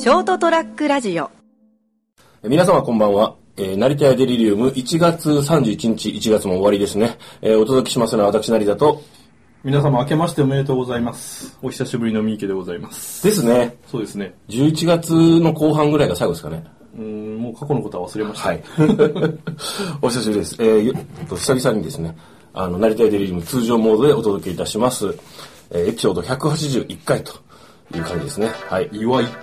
ショートトラックラジオ。 皆様こんばんは。成田屋デリリウム1月31日、1月も終わりですね。お届けしますのは私成田と、 皆様明けましておめでとうございます。お久しぶりの三池でございます。 ですね。 そうですね。 11月の後半ぐらいが最後ですかね。 もう過去のことは忘れました。 はい。お久しぶりです。久々にですね、成田屋デリリウム通常モードでお届けいたします。エピソード181回という感じですね。はい。 祝い。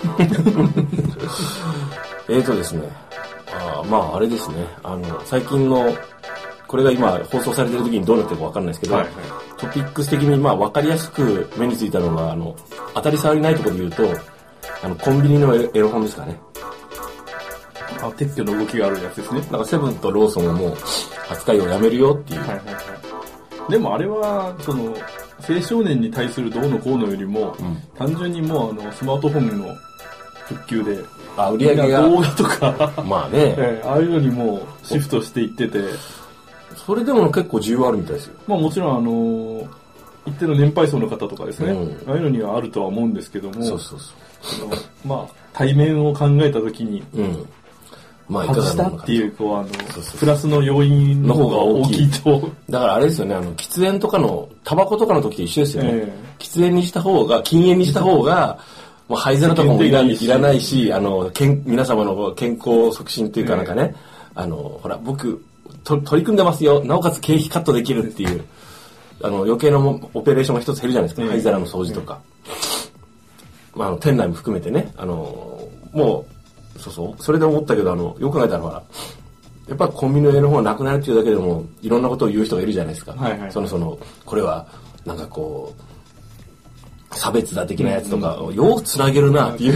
ですね。あれですね。最近の、これが今放送されている時にどうなってるかわかんないですけど、はいはい、トピックス的にわかりやすく目についたのが、当たり障りないところで言うと、コンビニのエロ本ですかね。 撤去の動きがあるやつですね。 だからセブンとローソンをもう扱いをやめるよっていう。 はいはいはい。でもあれは、青少年に対するどうのこうのよりも、単純にもうスマートフォンの復旧で、 売り上げが動画とかまあね、 ああいうのにもシフトしていってて、 それでも結構需要あるみたいですよ。 もちろん一定の年配層の方とかですね、ああいうのにはあるとは思うんですけども、 そう対面を考えたときに、外したっていうプラスの要因の方が大きいと。 だからあれですよね、喫煙とかのタバコとかの時と一緒ですよね。喫煙にした方が、禁煙にした方がもう灰皿とかもいらないし、皆様の健康促進っていうかなんかね、ほら、僕、取り組んでますよ。なおかつ経費カットできるっていう、余計なオペレーションが一つ減るじゃないですか。灰皿の掃除とか。店内も含めてね、もう、それで思ったけど、よく考えたらほら、やっぱコンビニのエロ本がなくなるっていうだけでも、いろんなことを言う人がいるじゃないですか。 はいはい、 これは、なんかこう、差別だ的なやつとか、ようつなげるなっていう。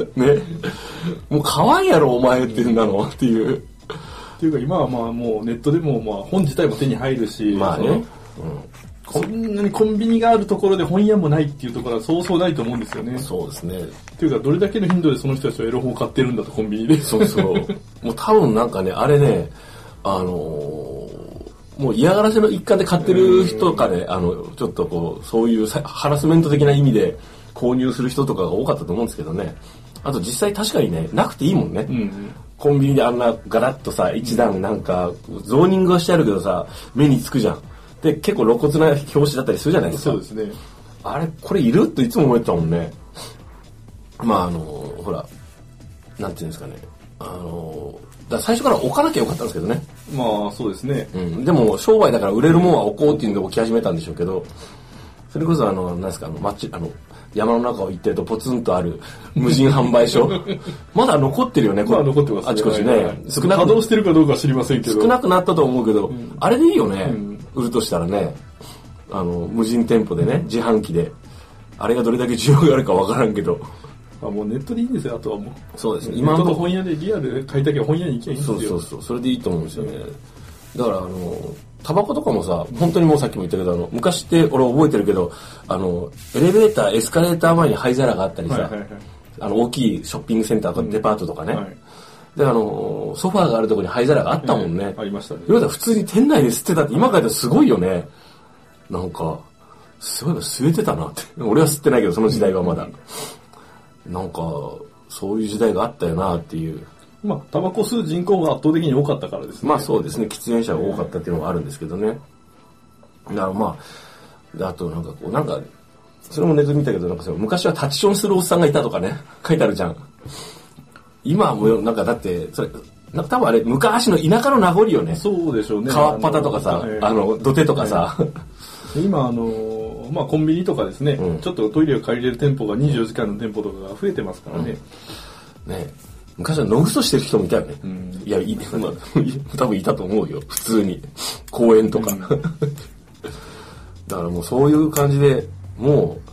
ね。もう可愛いやろ、お前って言うんだのっていう。 っていうか今はもうネットでも本自体も手に入るし、そんなにコンビニがあるところで本屋もないっていうところはそうそうないと思うんですよね。 そうですね。 っていうかどれだけの頻度でその人たちはエロ本を買ってるんだとコンビニで。 そう。もう多分なんかね、あれね、もう嫌がらせの一環で買ってる人とかね、ちょっとこう、そういうハラスメント的な意味で購入する人とかが多かったと思うんですけどね。あと実際確かにね、なくていいもんね。コンビニであんなガラッとさ、一段なんか、ゾーニングはしてあるけどさ、目につくじゃん。で、結構露骨な表紙だったりするじゃないですか。 そうですね。 あれ、これいるといつも思ってたもんね。ほら、なんていうんですかね。最初から置かなきゃよかったんですけどね。 そうですね。 でも、商売だから売れるもんは置こうっていうんで置き始めたんでしょうけど、それこそなんですか、山の中を行ってるとポツンとある無人販売所。まだ残ってるよね、 残ってますね。 あちこちね。 稼働してるかどうかは知りませんけど。 少なくなったと思うけど、あれでいいよね。売るとしたらね。無人店舗でね、自販機で。あれがどれだけ需要があるかわからんけど。 もうネットでいいんですよ、あとはもう。 そうですね。 今の本屋でリアルで買いたきゃ本屋に行きゃいいんですよ。 そう。それでいいと思うんですよね。だからタバコとかもさ、本当にもうさっきも言ったけど、昔って俺覚えてるけど、エレベーター、エスカレーター前に灰皿があったりさ、大きいショッピングセンターとかデパートとかね。で、ソファーがあるところに灰皿があったもんね。 ありましたね。 要は普通に店内で吸ってたって、今からすごいよね。なんか、すごい吸えてたなって。俺は吸ってないけど、その時代はまだ。なんか、そういう時代があったよなっていう。 タバコ吸う人口が圧倒的に多かったからですね。 そうですね。喫煙者が多かったっていうのはあるんですけどね。だからあとなんかそれもネット見たけど、昔はタッチションするおっさんがいたとかね、書いてあるじゃん。今はもうだって、それ、多分あれ、昔の田舎の名残よね。 そうでしょうね。 川っ端とかさ、土手とかさ。 今コンビニとかですね、ちょっとトイレを借りれる店舗が24時間の店舗とかが増えてますからね。 昔は野ぐそしてる人もいたよね。いや、多分いたと思うよ。普通に。公園とか。だからもうそういう感じで、もう、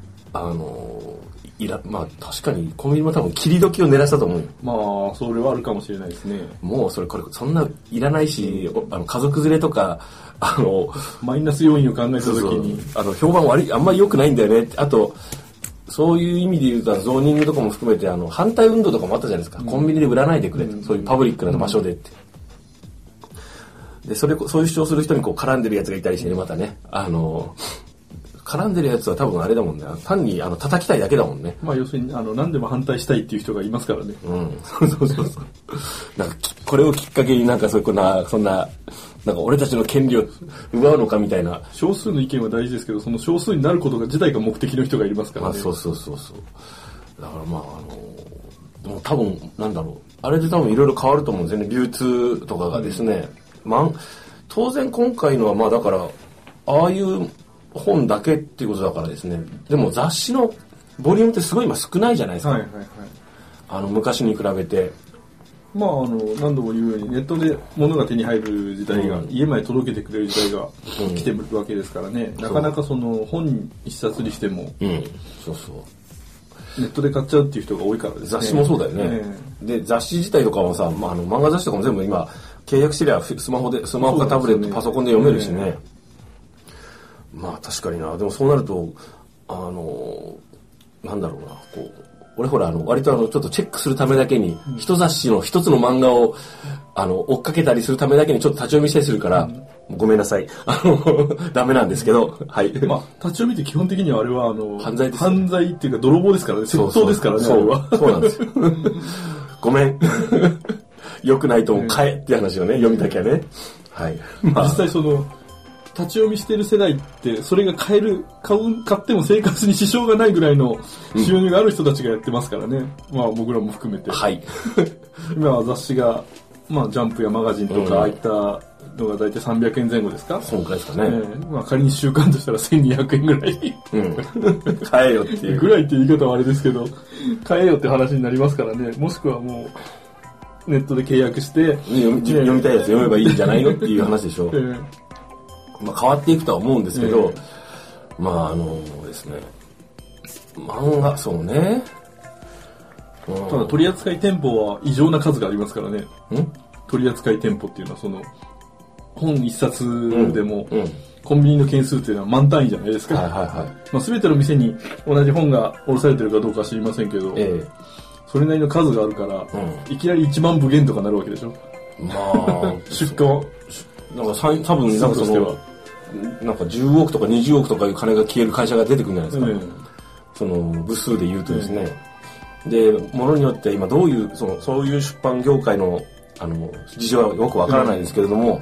確かにコンビニも多分切り時を狙ったと思うよ。 それはあるかもしれないですね。 もうそんないらないし、家族連れとか、 マイナス要因を考えた時に。 評判悪い、あんまり良くないんだよね。あと、そういう意味で言うと、ゾーニングとかも含めて、反対運動とかもあったじゃないですか。コンビニで売らないでくれと。そういうパブリックな場所でって。で、そういう主張する人に絡んでるやつがいたりしてね、またね。 絡んでるやつは多分あれだもんね。単に叩きたいだけだもんね。 まあ要するに何でも反対したいっていう人がいますからね。 うん。そう。なんかこれをきっかけになんかそんななんか俺たちの権利を奪うのかみたいな。 少数の意見は大事ですけど、その少数になることが自体が目的の人がいますからね。 そう。だからまあでも多分なんだろう。あれで多分いろいろ変わると思うんですよね。流通とかがですね。当然今回のはまあだからああいう本だけっていうことだからですね。でも雑誌のボリュームってすごい今少ないじゃないですか。昔に比べて。 まあ何度も言うようにネットで物が手に入る時代が、家まで届けてくれる時代が来てるわけですからね。なかなかその本一冊にしても、 そう。 ネットで買っちゃうっていう人が多いからですね。 雑誌もそうだよね。で雑誌自体とかもさ、漫画雑誌とかも全部今契約してりゃスマホかタブレット、パソコンで読めるしね。まあ確かにな。でもそうなるとなんだろうな、こう俺ほら割とちょっとチェックするためだけに、一雑誌の一つの漫画を追っかけたりするためだけにちょっと立ち読みしたりするから、ごめんなさいダメなんですけど、はい。まあ立ち読みって基本的にはあれは犯罪です。 犯罪っていうか泥棒ですからね。窃盗ですからね。 そうなんですよ。ごめん。良くないとも買えって話をね、読みだけはね。はい。 実際立ち読みしてる世代ってそれが買っても生活に支障がないぐらいの収入がある人たちがやってますからね。まあ僕らも含めて。 はい。 今は雑誌がまあジャンプやマガジンとかああいったのが大体300円前後ですか。 そんくらいですかね。 まあ仮に週間としたら1200円ぐらい。 買えよっていう。 ぐらいって言い方はあれですけど、買えよって話になりますからね。もしくはもうネットで契約して読みたいやつ読めばいいんじゃないのっていう話でしょ。まあ変わっていくとは思うんですけど、まあですね、漫画そうね。 ただ取扱店舗は異常な数がありますからね。取扱店舗っていうのは本一冊でも、コンビニの件数っていうのは万単位じゃないですか。まあ全ての店に同じ本が卸されてるかどうかは知りませんけど、それなりの数があるから、いきなり1万部限とかなるわけでしょ。 まあ出荷なんか多分なんかなんか10億とか20億とかいう金が消える会社が出てくるんじゃないですか。その部数で言うとですね。で、ものによって今どういうそういう出版業界の事情はよくわからないんですけれども、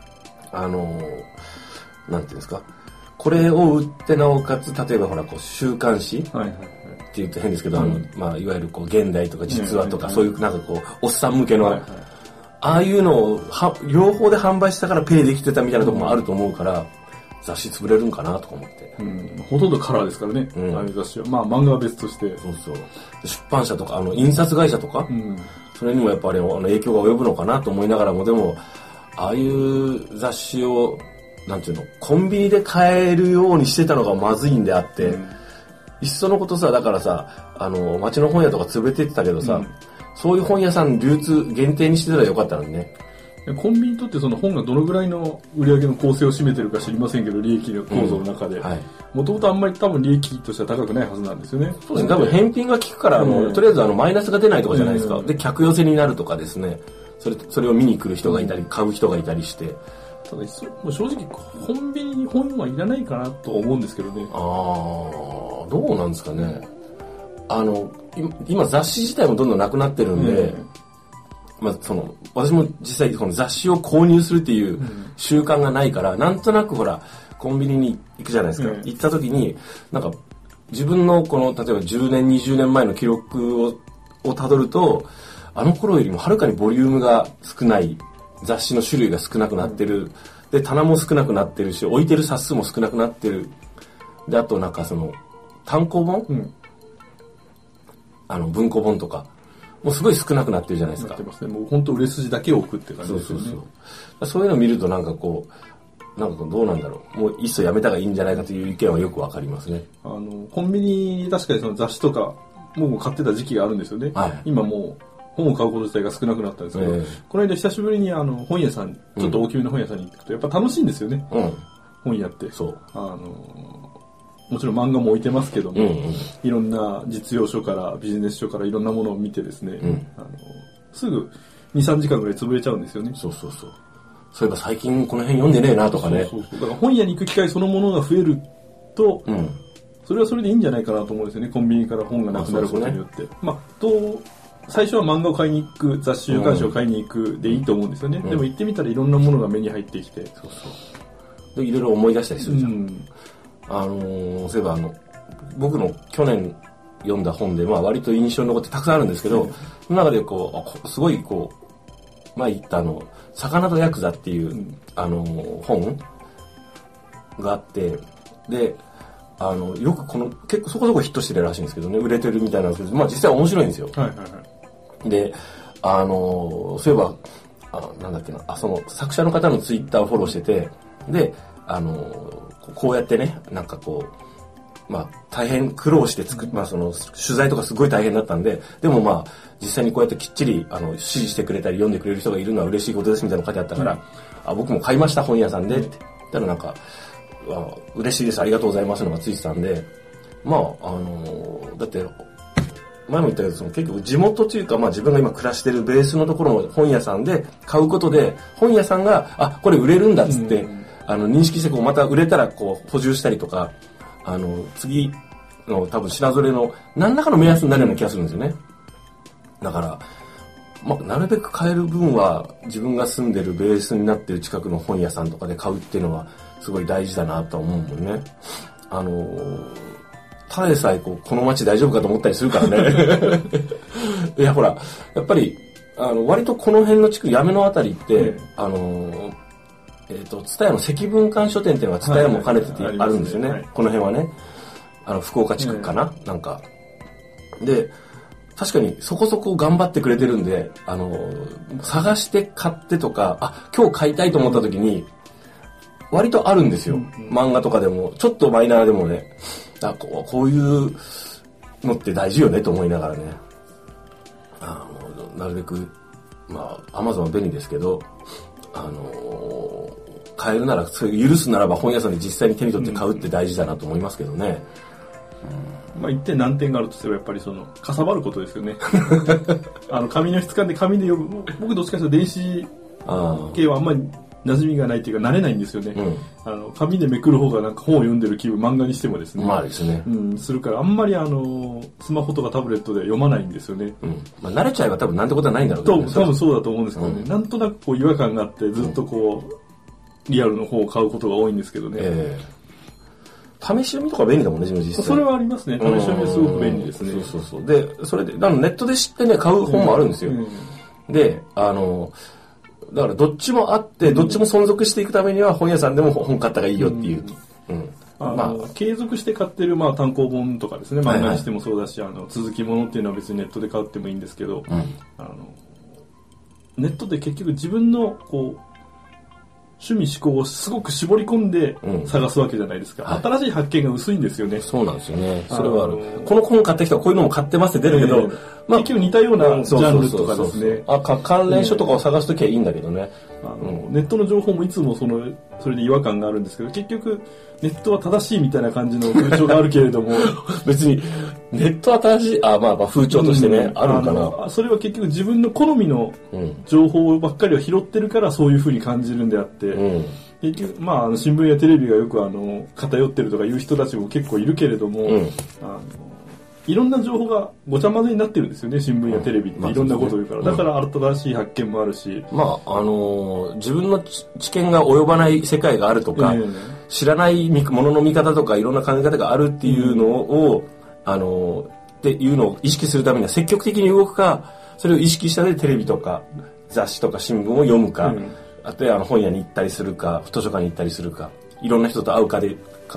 なんていうんですか。これを売ってなおかつ例えばほら週刊誌って言って変ですけど、まあいわゆる現代とか実話とかそういうなんかおっさん向けのああいうのを両方で販売したからペイできてたみたいなところもあると思うから、雑誌潰れるんかなとか思って。 ほとんどカラーですからね、ああいう雑誌は。まあ漫画は別として。 そう。出版社とか、印刷会社とか、それにもやっぱり影響が及ぶのかなと思いながらも、でも、ああいう雑誌を、なんていうの、コンビニで買えるようにしてたのがまずいんであって、いっそのことさ、だからさ、街の本屋とか潰れてってたけどさ、そういう本屋さん流通限定にしてたらよかったのにね。 コンビニにとってその本がどのぐらいの売り上げの構成を占めてるか知りませんけど、利益の構造の中で。もともとあんまり多分利益としては高くないはずなんですよね。 そうですね。多分返品が効くから、とりあえずマイナスが出ないとかじゃないですか。で、客寄せになるとかですね。それを見に来る人がいたり、買う人がいたりして。 ただ、正直、コンビニに本はいらないかなと思うんですけどね。 どうなんですかね。今雑誌自体もどんどんなくなってるんで、まあ私も実際この雑誌を購入するっていう習慣がないから、なんとなくほら、コンビニに行くじゃないですか。行った時に、なんか、自分の例えば10年、20年前の記録を辿ると、あの頃よりもはるかにボリュームが少ない、雑誌の種類が少なくなってる。で、棚も少なくなってるし、置いてる冊数も少なくなってる。で、あとなんか単行本、文庫本とか、もうすごい少なくなってるじゃないですか。 なってますね。もう本当売れ筋だけを置くって感じですよね。 そういうのを見るとなんかどうなんだろう。もういっそやめた方がいいんじゃないかという意見はよくわかりますね。 コンビニ確かに雑誌とかもう買ってた時期があるんですよね。今もう本を買うこと自体が少なくなったんですけど、この間久しぶりに本屋さん、ちょっと大きめの本屋さんに行くとやっぱ楽しいんですよね。本屋って。もちろん漫画も置いてますけども、いろんな実用書からビジネス書からいろんなものを見てですね、すぐ 2,3 時間ぐらい潰れちゃうんですよね。 そういえば最近この辺読んでねえなとかね。 だから本屋に行く機会そのものが増えると、それはそれでいいんじゃないかなと思うんですよね。コンビニから本がなくなることによって。最初は漫画を買いに行く、雑誌週刊誌を買いに行くでいいと思うんですよね。でも行ってみたらいろんなものが目に入ってきて。 でいろいろ思い出したりするじゃん。そういえば僕の去年読んだ本で、割と印象に残ってたくさんあるんですけど、その中ですごい前言った魚とヤクザっていう、本があって、で、よく結構そこそこヒットしてるらしいんですけどね、売れてるみたいなんですけど、実際面白いんですよ。で、そういえば、なんだっけな、その作者の方のツイッターをフォローしてて、で、こうやってね、大変苦労してその取材とかすごい大変だったんで、でも実際にこうやってきっちり支持してくれたり読んでくれる人がいるのは嬉しいことですみたいなの書いてあったから、僕も買いました本屋さんでって言ったら嬉しいですありがとうございますのがついてたんで、だって前も言ったけど結局地元というか自分が今暮らしてるベースのところの本屋さんで買うことで本屋さんがこれ売れるんだっつって認識してまた売れたら補充したりとか次の多分品ぞれの何らかの目安になるような気がするんですよね。だからなるべく買える分は自分が住んでるベースになってる近くの本屋さんとかで買うっていうのはすごい大事だなと思うもんね。ただでさえこの街大丈夫かと思ったりするからね。いやほらやっぱり割とこの辺の地区八女のあたりって蔦屋の赤文館書店っていうのが蔦屋も兼ねててあるんですよね。この辺はね福岡地区かな、なんかで確かにそこそこ頑張ってくれてるんで探して買ってとか今日買いたいと思った時に割とあるんですよ。漫画とかでもちょっとマイナーでもねこういうのって大事よねと思いながらねなるべくAmazon は便利ですけど買えるならそれ許すならば本屋さんで実際に手に取って買うって大事だなと思いますけどね。 一点難点があるとすればやっぱりかさばることですよね。紙の質感で紙で読む僕どっちかというと電子系はあんまり馴染みがないっていうか慣れないんですよね。紙でめくる方が本を読んでる気分漫画にしてもですね。 ですね。 するからあんまりスマホとかタブレットで読まないんですよね。 慣れちゃえば多分なんてことはないんだろうけどね。 多分そうだと思うんですけどね。なんとなく違和感があってずっとリアルの方を買うことが多いんですけどね。 試し読みとか便利だもんね、実際。 それはありますね。試し読みはすごく便利ですね。 そう。で、それで、ネットで知ってね、買う本もあるんですよ。で、だからどっちもあって、どっちも存続していくためには本屋さんでも本買った方がいいよっていう。 継続して買ってる単行本とかですね、漫画にしてもそうだし、続きものっていうのは別にネットで買ってもいいんですけど、ネットで結局自分の趣味思考をすごく絞り込んで探すわけじゃないですか。新しい発見が薄いんですよね。 そうなんですよね。それはある。この本買った人はこういうのも買ってますって出るけど、 結局似たようなジャンルとかですね。 関連書とかを探すときはいいんだけどね。 ネットの情報もいつもそれで違和感があるんですけど、結局ネットは正しいみたいな感じの風潮があるけれども、 別にネットは正しい、風潮としてね、あるのかな。 それは結局自分の好みの情報ばっかりを拾ってるからそういう風に感じるんであって、結局新聞やテレビがよく偏ってるとかいう人たちも結構いるけれども、いろんな情報がごちゃ混ぜになってるんですよね、新聞やテレビっていろんなことを言うから。だから新しい発見もあるし。 自分の知見が及ばない世界があるとか、知らないものの見方とかいろんな考え方があるっていうのを、っていうのを意識するためには積極的に動くか、それを意識した上でテレビとか雑誌とか新聞を読むか、あとは本屋に行ったりするか、図書館に行ったりするか、いろんな人と会うかで、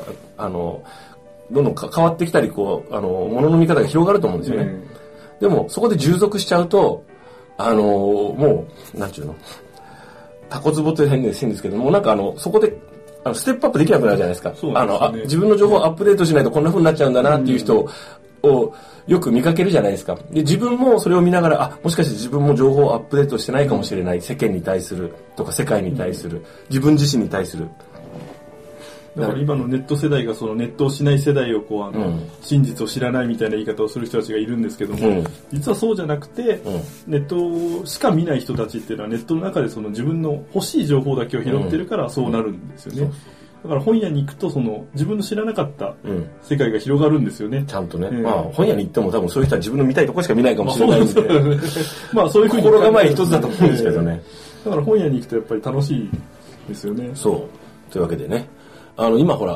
どんどん変わってきたり、ものの見方が広がると思うんですよね。でも、そこで従属しちゃうと、もう、なんちゅうの、タコツボって変ですけども、そこで、ステップアップできなくなるじゃないですか。自分の情報をアップデートしないとこんな風になっちゃうんだなっていう人をよく見かけるじゃないですか。で、自分もそれを見ながら、もしかして自分も情報をアップデートしてないかもしれない。世間に対するとか世界に対する、自分自身に対する。 だから今のネット世代がそのネットをしない世代を真実を知らないみたいな言い方をする人たちがいるんですけども、実はそうじゃなくて、ネットしか見ない人たちっていうのはネットの中でその自分の欲しい情報だけを拾ってるからそうなるんですよね。 だから本屋に行くと自分の知らなかった世界が広がるんですよね。 ちゃんとね。まあ本屋に行っても多分そういう人は自分の見たいところしか見ないかもしれないんで。 まあそういう心構え一つだと思うんですけどね。 だから本屋に行くとやっぱり楽しいですよね。 そう。というわけでね。今ほら、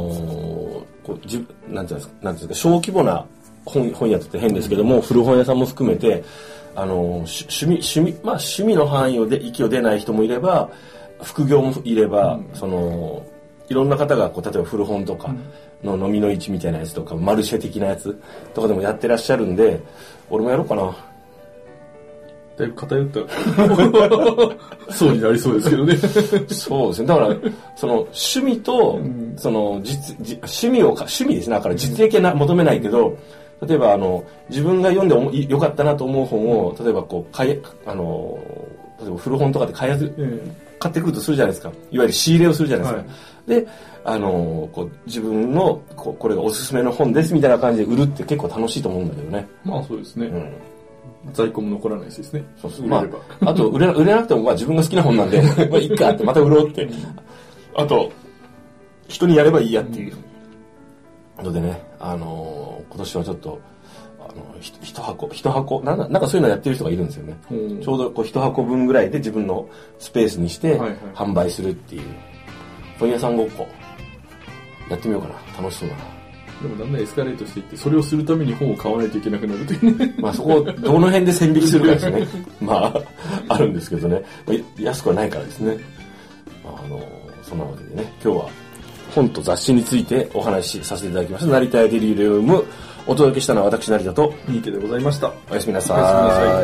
なんていうんですか、小規模な本屋って変ですけども、古本屋さんも含めて、趣味の範囲域を出ない人もいれば、副業もいれば、いろんな方が例えば古本とかの飲みの市みたいなやつとか、マルシェ的なやつとかでもやってらっしゃるんで、俺もやろうかな。 だいぶ偏ったそうになりそうですけどね。 そうですね。だから趣味と、趣味ですね。だから実益は求めないけど、例えば自分が読んでよかったなと思う本を例えば例えば古本とかで買ってくるとするじゃないですか。いわゆる仕入れをするじゃないですか。で自分のこれがおすすめの本ですみたいな感じで売るって結構楽しいと思うんだけどね。 まあそうですね。在庫も残らないしですね。 あと売れなくても自分が好きな本なんでまあいいかってまた売ろうって。あと人にやればいいやっていうのでね。今年はちょっと一箱なんかそういうのやってる人がいるんですよね。ちょうど一箱分ぐらいで自分のスペースにして販売するっていう本屋さんごっこやってみようかな。楽しそうだな。 でもだんだんエスカレートしていってそれをするために本を買わないといけなくなるというね。 まあそこをどの辺で線引きするかですね。まああるんですけどね。安くはないからですね。そんなわけでね、今日は本と雑誌についてお話しさせていただきました。成田屋デリリウム、お届けしたのは私成田と三池でございました。 おやすみなさい。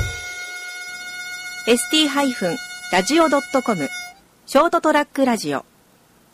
ST-radio.com ショートトラックラジオ